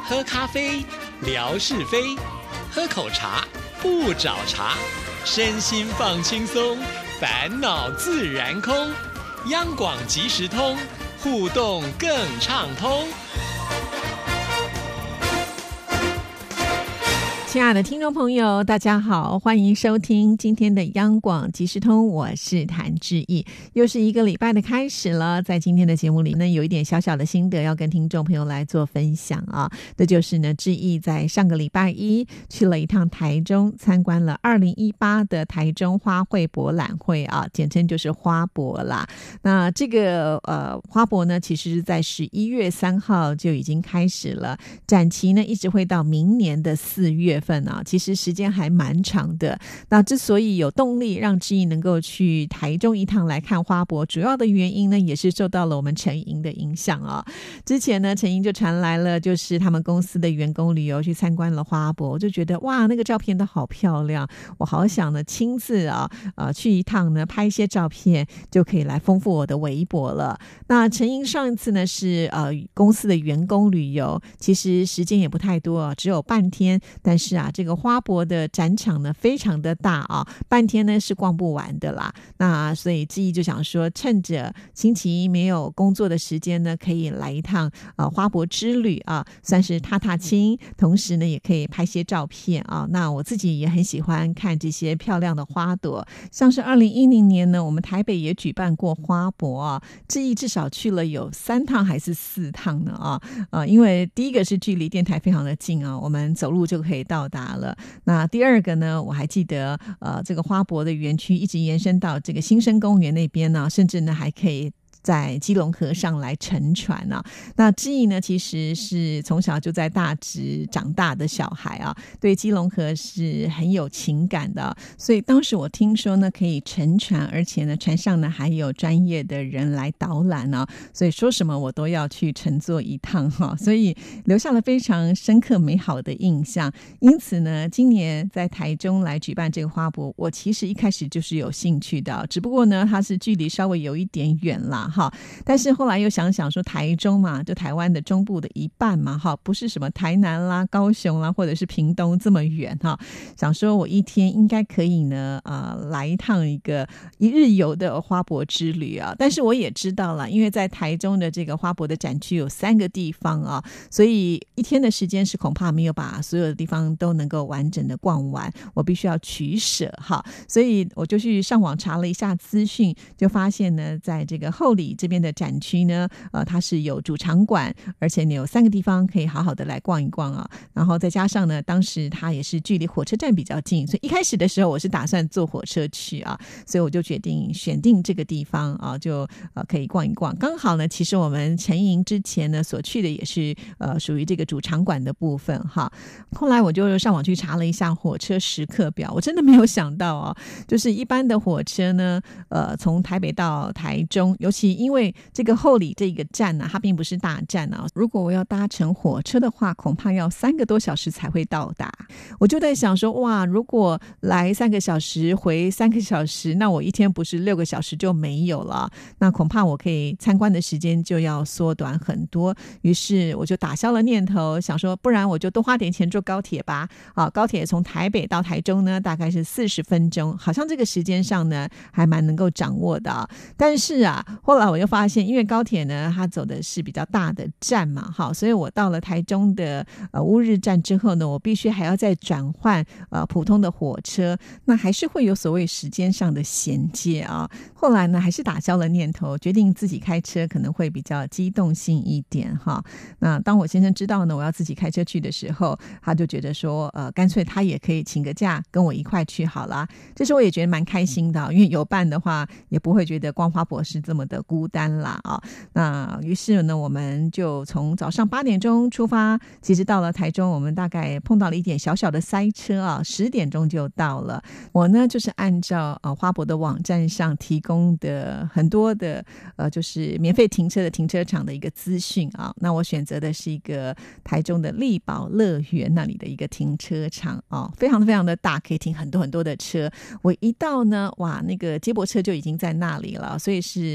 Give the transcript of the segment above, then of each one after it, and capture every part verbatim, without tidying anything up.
喝咖啡，聊是非；喝口茶，不找茬。身心放轻松，烦恼自然空。央广即时通，互动更畅通。 亲爱的听众朋友，大家好，欢迎收听今天的央广即时通，我是谭志毅。又是一个礼拜的开始了，在今天的节目里呢，有一点小小的心得要跟听众朋友来做分享啊。这就是呢，志毅在上个礼拜一去了一趟台中，参观了二零一八的台中花卉博览会啊，简称就是花博啦。那这个呃花博呢，其实是在十一月三号就已经开始了，展期呢一直会到明年的四月份啊，其实时间还蛮长的。那之所以有动力让志毅能够去台中一趟来看花博，主要的原因呢，也是受到了我们陈莹的影响啊。之前呢，陈莹就传来了，就是他们公司的员工旅游去参观了花博，我就觉得哇，那个照片都好漂亮，我好想呢亲自啊呃去一趟呢，拍一些照片，就可以来丰富我的微博了。那陈莹上一次呢是呃公司的员工旅游，其实时间也不太多，只有半天，但是啊，这个花博的展场呢非常的大啊，半天呢是逛不完的啦。那所以志毅就想说，趁着星期一没有工作的时间呢，可以来一趟呃花博之旅啊，算是踏踏青，同时呢也可以拍些照片啊。那我自己也很喜欢看这些漂亮的花朵，像是二零一零年呢，我们台北也举办过花博啊，志毅至少去了有三趟还是四趟呢啊。呃，因为第一个是距离电台非常的近啊，我们走路就可以到达了。那第二个呢，我还记得呃，这个花博的园区一直延伸到这个新生公园那边呢，甚至呢还可以在基隆河上来乘船啊。那志毅呢其实是从小就在大直长大的小孩啊，对基隆河是很有情感的，所以当时我听说呢可以乘船，而且呢船上呢还有专业的人来导览啊，所以说什么我都要去乘坐一趟哈、啊，所以留下了非常深刻美好的印象。因此呢，今年在台中来举办这个花博，我其实一开始就是有兴趣的，只不过呢它是距离稍微有一点远啦哈，但是后来又想想说，台中嘛，就台湾的中部的一半嘛哈，不是什么台南啦、高雄啦，或者是屏东这么远哈，想说我一天应该可以呢呃来一趟一个一日游的花博之旅啊。但是我也知道了，因为在台中的这个花博的展区有三个地方啊，所以一天的时间是恐怕没有把所有的地方都能够完整的逛完，我必须要取舍哈。所以我就去上网查了一下资讯，就发现呢，在这个后里这边的展区呢，呃，它是有主场馆，而且你有三个地方可以好好的来逛一逛啊。然后再加上呢，当时它也是距离火车站比较近，所以一开始的时候我是打算坐火车去啊，所以我就决定选定这个地方啊，就呃可以逛一逛。刚好呢，其实我们陈莹之前呢所去的也是呃属于这个主场馆的部分哈。后来我就上网去查了一下火车时刻表，我真的没有想到啊，就是一般的火车呢，呃，从台北到台中，尤其因为这个后里这个站呢、啊，它并不是大站啊，如果我要搭乘火车的话，恐怕要三个多小时才会到达。我就在想说，哇，如果来三个小时回三个小时，那我一天不是六个小时就没有了，那恐怕我可以参观的时间就要缩短很多。于是我就打消了念头，想说不然我就多花点钱坐高铁吧。啊，高铁从台北到台中呢大概是四十分钟，好像这个时间上呢还蛮能够掌握的、啊、但是啊后来我又发现，因为高铁呢它走的是比较大的站嘛，好，所以我到了台中的呃乌日站之后呢，我必须还要再转换呃普通的火车，那还是会有所谓时间上的衔接啊。后来呢还是打消了念头，决定自己开车可能会比较机动性一点哈。那当我先生知道呢我要自己开车去的时候，他就觉得说呃干脆他也可以请个假跟我一块去好了。这时候我也觉得蛮开心的，因为有伴的话也不会觉得逛花博是这么的孤单啦啊。那于是呢我们就从早上八点钟出发，其实到了台中我们大概碰到了一点小小的塞车啊，十点钟就到了。我呢就是按照呃花博的网站上提供的很多的呃就是免费停车的停车场的一个资讯啊，那我选择的是一个台中的力宝乐园那里的一个停车场啊，非常非常的大，可以停很多很多的车。我一到呢，哇，那个接驳车就已经在那里了，所以是完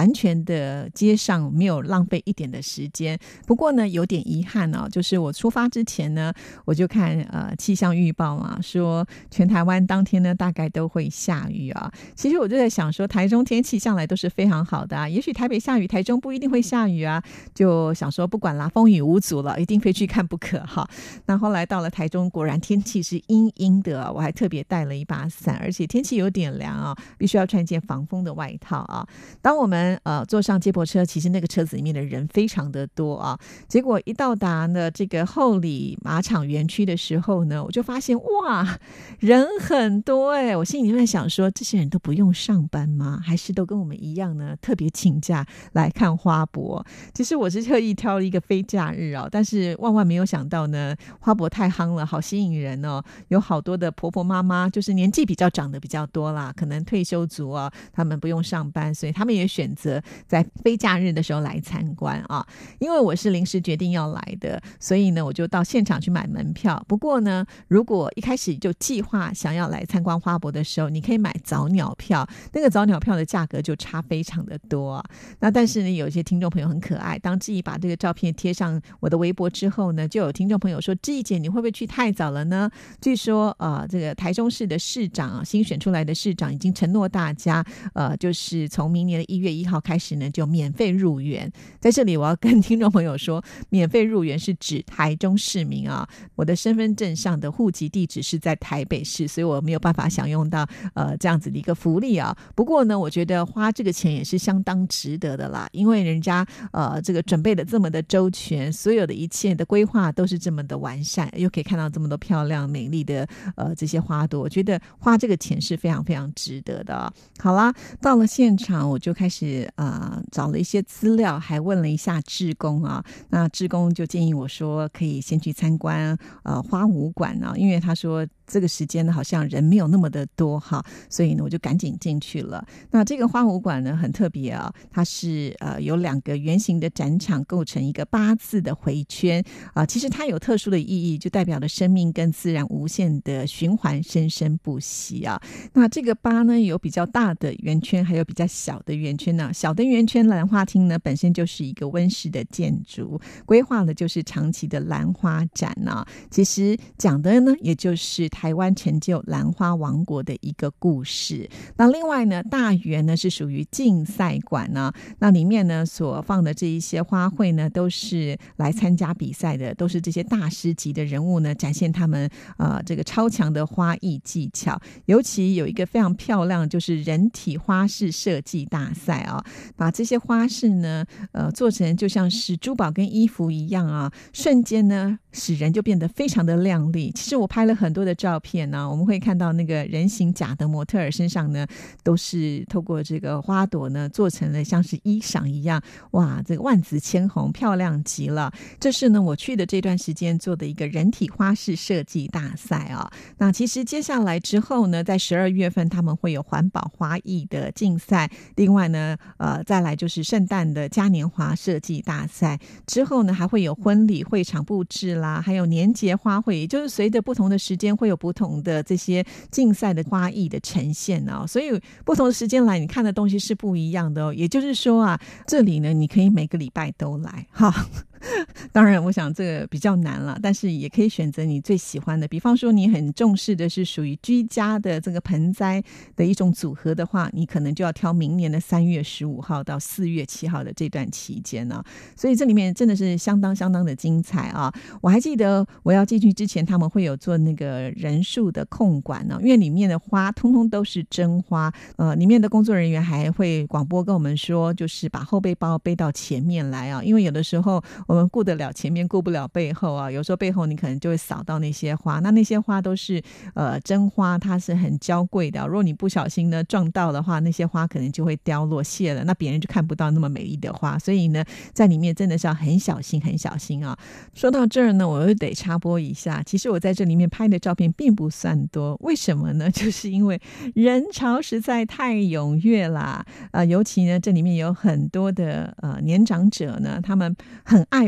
完全的接上，没有浪费一点的时间。不过呢有点遗憾哦，就是我出发之前呢，我就看呃气象预报嘛，说全台湾当天呢大概都会下雨啊。其实我就在想说，台中天气向来都是非常好的啊，也许台北下雨，台中不一定会下雨啊，就想说不管啦，风雨无阻了，一定非去看不可哈。那后来到了台中，果然天气是阴阴的，我还特别带了一把伞，而且天气有点凉啊，必须要穿一件防风的外套啊。当我们呃坐上接驳车，其实那个车子里面的人非常的多啊。结果一到达呢这个后里马场园区的时候呢，我就发现哇，人很多哎、欸！我心里面在想说，这些人都不用上班吗？还是都跟我们一样呢，特别请假来看花博？其实我是特意挑了一个非假日哦，但是万万没有想到呢，花博太夯了，好吸引人哦，有好多的婆婆妈妈，就是年纪比较长的比较多啦，可能退休族啊，他们不用上班，所以他们也选择在非假日的时候来参观啊。因为我是临时决定要来的，所以呢我就到现场去买门票。不过呢，如果一开始就计划想要来参观花博的时候，你可以买早鸟票，那个早鸟票的价格就差非常的多啊。那但是呢，有些听众朋友很可爱，当志毅把这个照片贴上我的微博之后呢，就有听众朋友说，志毅姐你会不会去太早了呢？据说呃，这个台中市的市长、啊、新选出来的市长已经承诺大家呃，就是从明年的一月一号开始呢，就免费入园。在这里我要跟听众朋友说，免费入园是指台中市民啊，我的身份证上的户籍地址是在台北市，所以我没有办法享用到呃这样子的一个福利啊。不过呢，我觉得花这个钱也是相当值得的啦，因为人家呃这个准备的这么的周全，所有的一切的规划都是这么的完善，又可以看到这么多漂亮美丽的呃这些花朵，我觉得花这个钱是非常非常值得的、啊。好啦，到了现场我就开始呃找了一些资料，还问了一下志工啊，那志工就建议我说可以先去参观呃花舞馆啊，因为他说这个时间呢好像人没有那么的多哈，所以呢我就赶紧进去了。那这个花舞馆呢很特别啊，它是呃有两个圆形的展场构成一个八字的回圈啊、呃，其实它有特殊的意义，就代表了生命跟自然无限的循环，生生不息啊。那这个八呢有比较大的圆圈，还有比较小的圆圈呢、啊。小的圆圈兰花厅呢本身就是一个温室的建筑，规划的就是长期的兰花展啊。其实讲的呢也就是台湾成就兰花王国的一个故事。那另外呢，大园呢是属于竞赛馆呢、啊，那里面呢所放的这一些花卉呢，都是来参加比赛的，都是这些大师级的人物呢，展现他们呃这个超强的花艺技巧。尤其有一个非常漂亮，就是人体花式设计大赛啊，把这些花式呢呃做成就像是珠宝跟衣服一样啊，瞬间呢使人就变得非常的亮丽。其实我拍了很多的照片呢、啊，我们会看到那个人形假的模特儿身上呢，都是透过这个花朵呢做成了像是衣裳一样，哇，这个万紫千红，漂亮极了。这是呢我去的这段时间做的一个人体花式设计大赛啊。那其实接下来之后呢，在十二月份他们会有环保花艺的竞赛，另外呢呃再来就是圣诞的嘉年华设计大赛，之后呢还会有婚礼会场布置啦，还有年节花卉，也就是随着不同的时间会有不同的这些竞赛的花艺的呈现哦。所以不同的时间来你看的东西是不一样的哦。也就是说啊，这里呢你可以每个礼拜都来哈。当然我想这个比较难了，但是也可以选择你最喜欢的，比方说你很重视的是属于居家的这个盆栽的一种组合的话，你可能就要挑明年的三月十五号到四月七号的这段期间呢、啊。所以这里面真的是相当相当的精彩啊。我还记得我要进去之前他们会有做那个人数的控管呢、啊，因为里面的花通通都是真花，呃，里面的工作人员还会广播跟我们说，就是把后背包背到前面来啊，因为有的时候我们顾得了前面顾不了背后啊，有时候背后你可能就会扫到那些花，那那些花都是呃真花，它是很娇贵的、啊、如果你不小心呢撞到的话，那些花可能就会凋落谢了，那别人就看不到那么美丽的花，所以呢在里面真的是要很小心很小心啊。说到这儿呢，我又得插播一下，其实我在这里面拍的照片并不算多，为什么呢？就是因为人潮实在太踊跃啦，呃，尤其呢这里面有很多的呃年长者呢，他们很爱拍照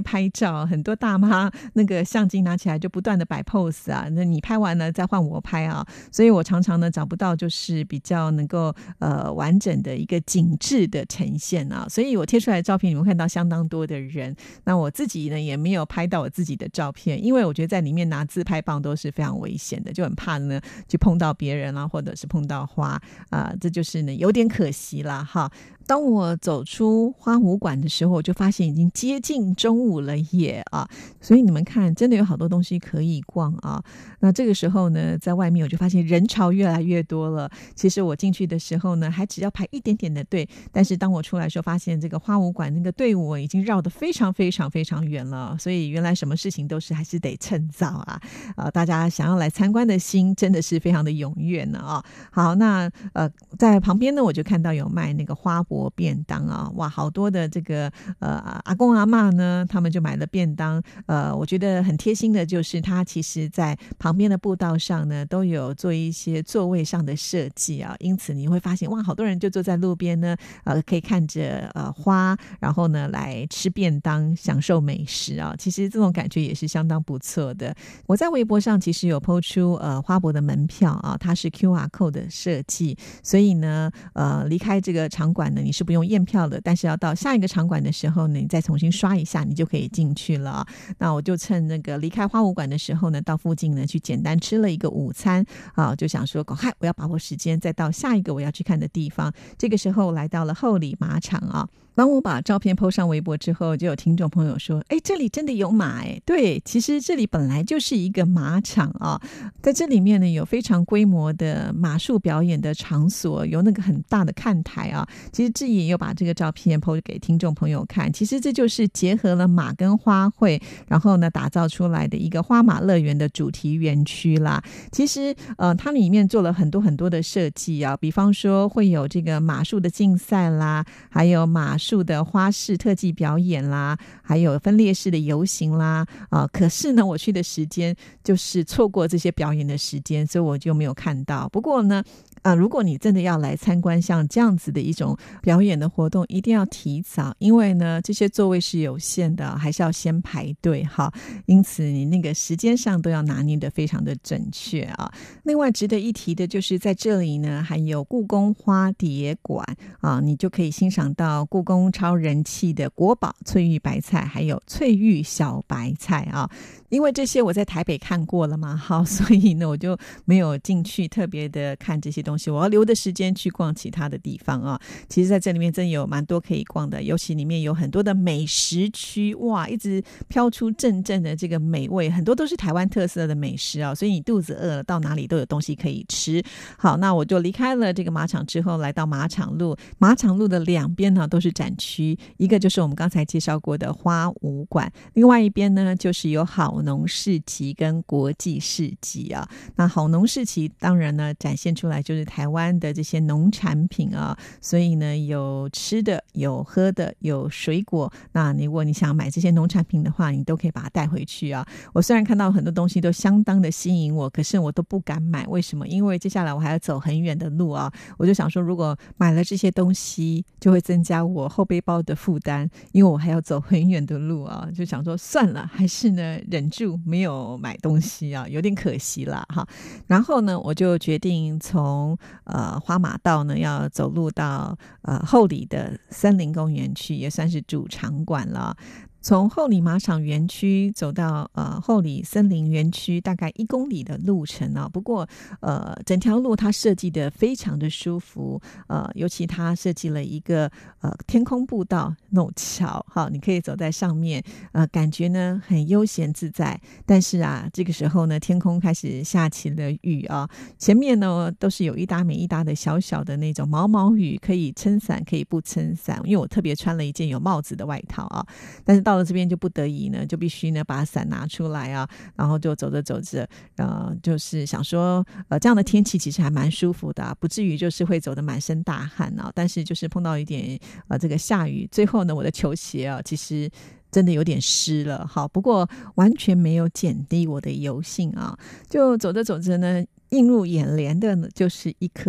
照，很多大妈那个相机拿起来就不断的摆 pose 啊，那你拍完了再换我拍啊，所以我常常呢找不到就是比较能够呃完整的一个景致的呈现啊，所以我贴出来的照片你们看到相当多的人，那我自己呢也没有拍到我自己的照片，因为我觉得在里面拿自拍棒都是非常危险的，就很怕呢去碰到别人啊，或者是碰到花啊、呃，这就是呢有点可惜啦哈。当我走出花舞馆的时候，我就发现已经接近中午了耶啊！所以你们看，真的有好多东西可以逛啊。那这个时候呢，在外面我就发现人潮越来越多了。其实我进去的时候呢，还只要排一点点的队，但是当我出来的时候，发现这个花舞馆那个队伍已经绕得非常非常非常远了。所以原来什么事情都是还是得趁早啊！啊，大家想要来参观的心真的是非常的踊跃呢啊！好，那呃，在旁边呢，我就看到有卖那个花博便当啊，哇，好多的这个呃阿公阿嬷呢，他们就买了便当。呃，我觉得很贴心的就是，他其实在旁边的步道上呢，都有做一些座位上的设计啊，因此你会发现哇，好多人就坐在路边呢，呃，可以看着呃花，然后呢来吃便当，享受美食啊。其实这种感觉也是相当不错的。我在微博上其实有 po 出呃花博的门票啊，它是 Q R code 的设计，所以呢，呃，离开这个场馆呢，你是不用验票的，但是要到下一个场馆的时候呢，你再重新刷一下，你就可以进去了。那我就趁那个离开花舞馆的时候呢，到附近呢去简单吃了一个午餐啊，就想说，嗨，我要把握时间，再到下一个我要去看的地方。这个时候来到了后里马场啊。当我把照片 po 上微博之后，就有听众朋友说，哎，这里真的有马哎。对，其实这里本来就是一个马场啊，在这里面呢有非常规模的马术表演的场所，有那个很大的看台啊。其实志毅也有把这个照片 po 给听众朋友看，其实这就是结合了马跟花卉，然后呢打造出来的一个花马乐园的主题园区啦。其实呃，它里面做了很多很多的设计啊，比方说会有这个马术的竞赛啦，还有马术的花式特技表演啦，还有分列式的游行啦啊，可是呢我去的时间就是错过这些表演的时间，所以我就没有看到。不过呢啊，如果你真的要来参观像这样子的一种表演的活动，一定要提早，因为呢这些座位是有限的，还是要先排队哈。因此你那个时间上都要拿捏得非常的准确啊。另外值得一提的就是在这里呢还有故宫花蝶馆啊，你就可以欣赏到故宫超人气的国宝翠玉白菜，还有翠玉小白菜啊。因为这些我在台北看过了嘛，好，所以呢我就没有进去特别的看这些东西，我要留的时间去逛其他的地方啊。其实在这里面真有蛮多可以逛的，尤其里面有很多的美食区，哇，一直飘出阵阵的这个美味，很多都是台湾特色的美食啊，所以你肚子饿了到哪里都有东西可以吃。好，那我就离开了这个马场之后，来到马场路。马场路的两边呢都是展区，一个就是我们刚才介绍过的花舞馆，另外一边呢就是有好农市集跟国际市集啊。那好农市集当然呢展现出来就是台湾的这些农产品啊，所以呢有吃的有喝的有水果，那如果你想买这些农产品的话，你都可以把它带回去啊。我虽然看到很多东西都相当的吸引我，可是我都不敢买，为什么？因为接下来我还要走很远的路啊，我就想说如果买了这些东西就会增加我后背包的负担，因为我还要走很远的路啊，就想说算了，还是呢忍住没有买东西啊，有点可惜啦哈。然后呢我就决定从呃花马道呢要走路到呃后里的森林公园去，也算是主场馆了。从后里马场园区走到呃后里森林园区大概一公里的路程啊，不过呃整条路它设计的非常的舒服，呃尤其它设计了一个呃天空步道那种桥，好，你可以走在上面，呃感觉呢很悠闲自在。但是啊这个时候呢天空开始下起了雨啊，前面呢都是有一搭没一搭的小小的那种毛毛雨，可以撑伞可以不撑伞，因为我特别穿了一件有帽子的外套啊，但是到到了这边就不得已呢，就必须呢把伞拿出来啊，然后就走着走着，呃，就是想说，呃，这样的天气其实还蛮舒服的、啊，不至于就是会走得满身大汗啊。但是就是碰到一点呃这个下雨，最后呢我的球鞋啊，其实真的有点湿了，好，不过完全没有减低我的游兴啊。就走着走着呢，映入眼帘的呢就是一棵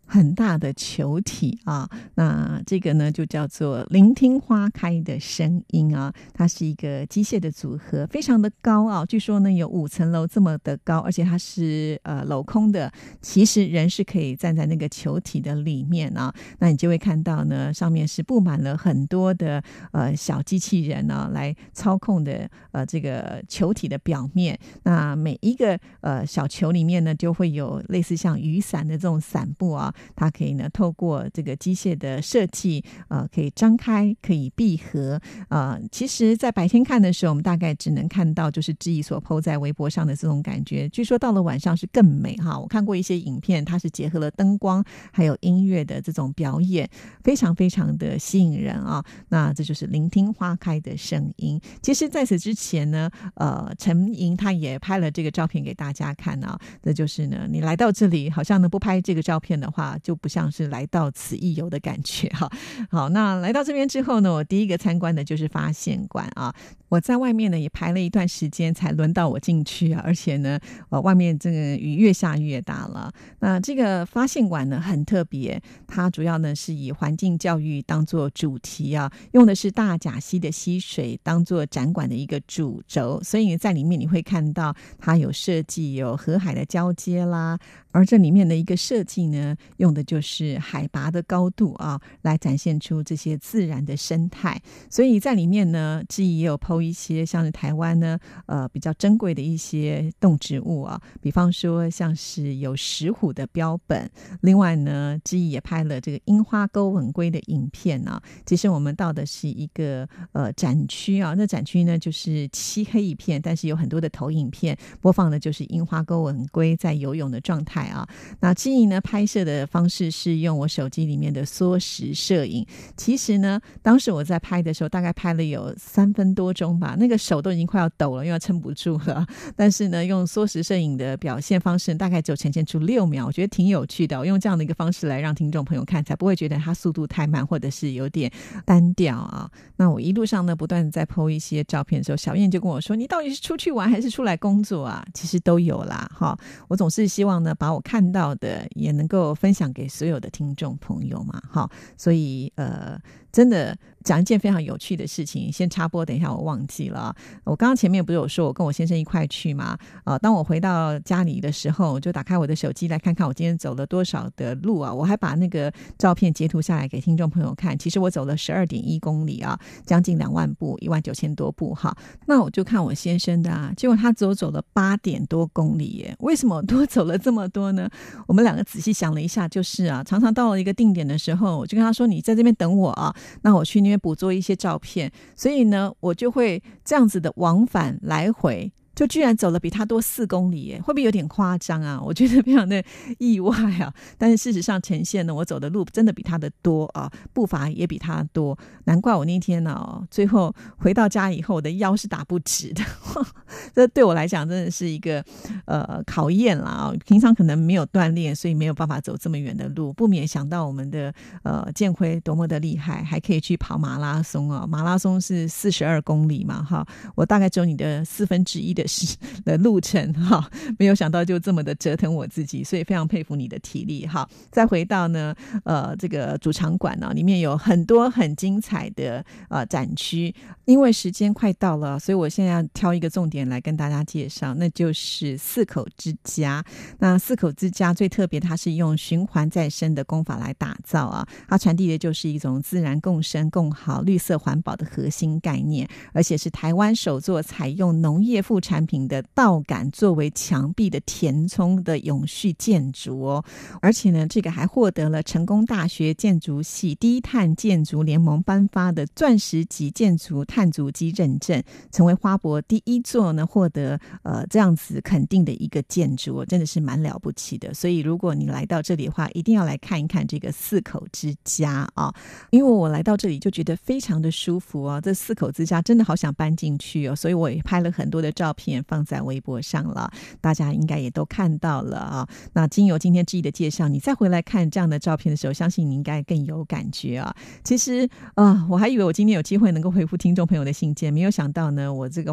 很大的球体啊，那这个呢就叫做聆听花开的声音啊，它是一个机械的组合，非常的高啊，据说呢有五层楼这么的高，而且它是呃镂空的，其实人是可以站在那个球体的里面啊，那你就会看到呢上面是布满了很多的呃小机器人呢、啊、来操控的呃这个球体的表面，那每一个呃小球里面呢就会有类似像雨伞的这种伞布啊，它可以呢透过这个机械的设计呃可以张开可以闭合呃其实在白天看的时候我们大概只能看到就是志毅所 po 在微博上的这种感觉，据说到了晚上是更美哈，我看过一些影片，它是结合了灯光还有音乐的这种表演，非常非常的吸引人啊。那这就是聆听花开的声音。其实在此之前呢呃陈莹她也拍了这个照片给大家看啊，这就是呢你来到这里好像呢不拍这个照片的话就不像是来到此一游的感觉哈。好，那来到这边之后呢，我第一个参观的就是发现馆啊。我在外面呢也排了一段时间才轮到我进去啊，而且呢呃外面这个雨越下越大了。那这个发现馆呢很特别，它主要呢是以环境教育当作主题啊，用的是大甲溪的溪水当作展馆的一个主轴，所以在里面你会看到它有设计有河海的交接啦，而这里面的一个设计呢用的就是海拔的高度啊，来展现出这些自然的生态。所以在里面呢志毅也有 po 一些像是台湾呢呃比较珍贵的一些动植物啊，比方说像是有石虎的标本，另外呢志毅也拍了这个樱花钩吻龟的影片啊。其实我们到的是一个呃展区啊，那展区呢就是漆黑一片，但是有很多的投影片，播放的就是樱花钩吻龟在游泳的状态啊。那志毅呢拍摄的方式是用我手机里面的缩时摄影，其实呢当时我在拍的时候大概拍了有三分多钟吧，那个手都已经快要抖了，因为撑不住了，但是呢用缩时摄影的表现方式大概只有呈现出六秒，我觉得挺有趣的，我用这样的一个方式来让听众朋友看，才不会觉得它速度太慢或者是有点单调啊。那我一路上呢不断在 po 一些照片的时候，小燕就跟我说，你到底是出去玩还是出来工作啊？其实都有啦哈，我总是希望呢把我看到的也能够分享给所有的听众朋友嘛哈，所以呃真的讲一件非常有趣的事情，先插播，等一下我忘记了。我刚刚前面不是有说我跟我先生一块去吗？呃，当我回到家里的时候，我就打开我的手机来看看我今天走了多少的路啊，我还把那个照片截图下来给听众朋友看。其实我走了 十二点一公里啊，将近两万步，一万九千多步哈。那我就看我先生的啊，结果他只有走了八点多公里耶。为什么我多走了这么多呢？我们两个仔细想了一下，就是啊，常常到了一个定点的时候，我就跟他说，你在这边等我啊，那我去那边捕捉一些照片，所以呢我就会这样子的往返来回，就居然走了比他多四公里耶，会不会有点夸张啊？我觉得非常的意外啊。但是事实上呈现呢，我走的路真的比他的多啊，步伐也比他多，难怪我那天呢、啊、最后回到家以后我的腰是打不直的这对我来讲真的是一个呃考验啦、啊、平常可能没有锻炼，所以没有办法走这么远的路，不免想到我们的呃建辉多么的厉害，还可以去跑马拉松啊，马拉松是四十二公里嘛哈，我大概只有你的四分之一的的路程哈，没有想到就这么的折腾我自己，所以非常佩服你的体力哈。再回到呢呃这个主场馆呢、啊，里面有很多很精彩的呃展区，因为时间快到了，所以我现在要挑一个重点来跟大家介绍，那就是四口之家。那四口之家最特别，它是用循环再生的工法来打造啊，它传递的就是一种自然共生共好绿色环保的核心概念，而且是台湾首座采用农业副产品的稻杆作为墙壁的填充的永续建筑哦。而且呢这个还获得了成功大学建筑系低碳建筑联盟颁发的钻石级建筑碳足迹认证，成为花博第一座呢获得呃这样子肯定的一个建筑、哦、真的是蛮了不起的。所以如果你来到这里的话，一定要来看一看这个四口之家啊、哦！因为我来到这里就觉得非常的舒服哦，这四口之家真的好想搬进去哦，所以我也拍了很多的照片放在微博上了，大家应该也都看到了啊。那经由今天志毅的介绍，你再回来看这样的照片的时候，相信你应该更有感觉啊。其实啊、呃，我还以为我今天有机会能够回复听众朋友的信件，没有想到呢，我这个花博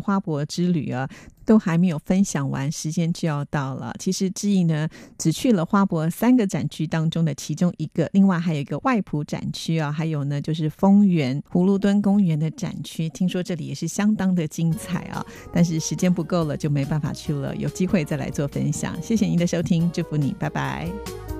国之旅啊，都还没有分享完，时间就要到了。其实志毅呢只去了花博三个展区当中的其中一个，另外还有一个外埔展区啊，还有呢就是丰原葫芦墩公园的展区，听说这里也是相当的精彩啊，但是时间不够了就没办法去了，有机会再来做分享。谢谢您的收听，祝福你，拜拜。